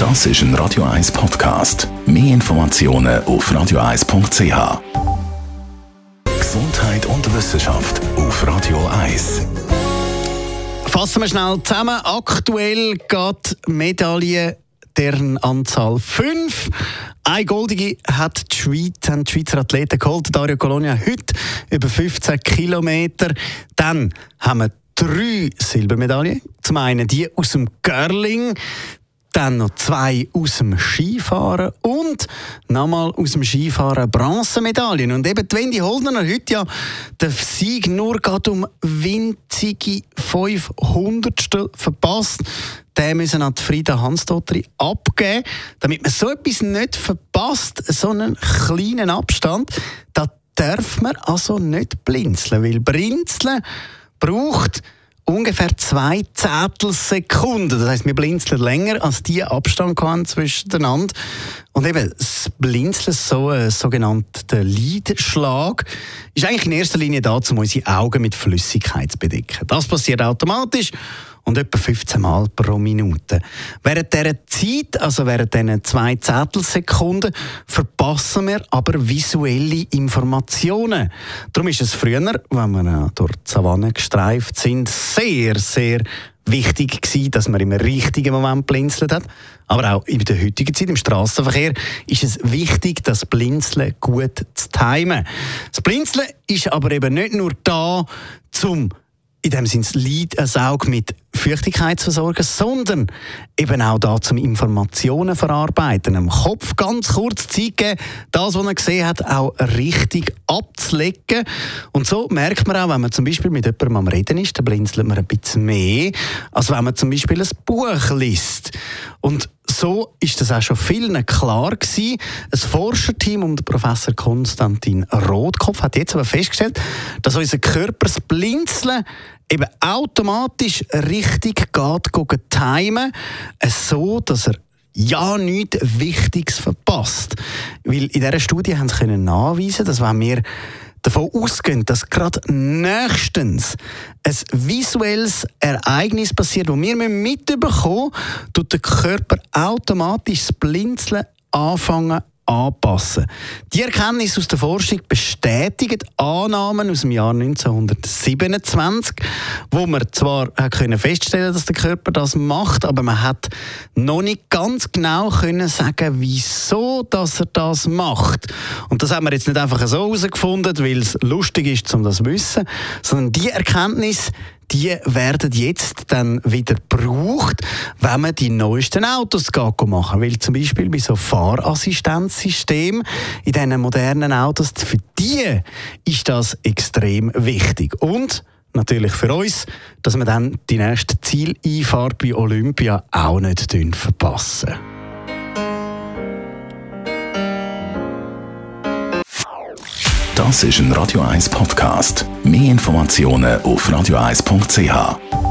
Das ist ein Radio 1 Podcast. Mehr Informationen auf radio1.ch. Gesundheit und Wissenschaft auf Radio 1. Fassen wir schnell zusammen. Aktuell geht Medaillen deren Anzahl 5. Eine goldige hat die Schweizer Athleten geholt. Dario Colonia heute über 15 Kilometer. Dann haben wir 3 Silbermedaillen. Zum einen die aus dem Curling, dann noch 2 aus dem Skifahren und nochmal aus dem Skifahren Bronzemedaillen. Und eben die Wendy Holdner hat heute ja den Sieg nur gerade um winzige 500stel verpasst. Den müssen an Frieda Hansdotteri abgeben. Damit man so etwas nicht verpasst, so einen kleinen Abstand, da darf man also nicht blinzeln. Weil blinzeln braucht ungefähr 2 Zehntelsekunden. Das heisst, wir blinzeln länger, als die Abstand haben zwischeneinander. Und eben, das Blinzeln, so ein sogenannter Lidschlag, ist eigentlich in erster Linie da, um unsere Augen mit Flüssigkeit zu bedecken. Das passiert automatisch und etwa 15 Mal pro Minute. Während dieser Zeit, also während diesen 2 Zehntelsekunden, verpassen wir aber visuelle Informationen. Darum ist es früher, wenn wir durch die Savanne gestreift sind, sehr, sehr wichtig gewesen, dass man im richtigen Moment blinzelt hat. Aber auch in der heutigen Zeit, im Strassenverkehr, ist es wichtig, das Blinzeln gut zu timen. Das Blinzeln ist aber eben nicht nur da, um in dem Sinne das Auge mit Feuchtigkeit zu versorgen, sondern eben auch da, zum Informationen verarbeiten, dem Kopf ganz kurz Zeit geben, das, was er gesehen hat, auch richtig abzulegen. Und so merkt man auch, wenn man zum Beispiel mit jemandem am Reden ist, dann blinzelt man ein bisschen mehr, als wenn man zum Beispiel ein Buch liest. Und so ist das auch schon vielen klar gewesen. Ein Forscherteam um den Professor Konstantin Rotkopf hat jetzt aber festgestellt, dass unser Körper das Blinzeln eben automatisch richtig geht timen, so dass er ja nichts Wichtiges verpasst. Weil in dieser Studie haben sie nachweisen, dass wenn wir davon ausgehen, dass gerade nächstens ein visuelles Ereignis passiert, das wir mitbekommen, tut der Körper automatisch das Blinzeln anfangen anpassen. Die Erkenntnis aus der Forschung bestätigt Annahmen aus dem Jahr 1927, wo man zwar können feststellen, dass der Körper das macht, aber man hat noch nicht ganz genau können sagen, wieso dass er das macht. Und das haben wir jetzt nicht einfach so herausgefunden, weil es lustig ist, um das zu wissen, sondern die Erkenntnis, die werden jetzt dann wieder gebraucht, wenn man die neuesten Autos machen. Weil zum Beispiel bei so Fahrassistenzsystemen in diesen modernen Autos, für die ist das extrem wichtig. Und natürlich für uns, dass wir dann die nächste Zieleinfahrt bei Olympia auch nicht verpassen. Das ist ein Radio 1 Podcast. Mehr Informationen auf radio1.ch.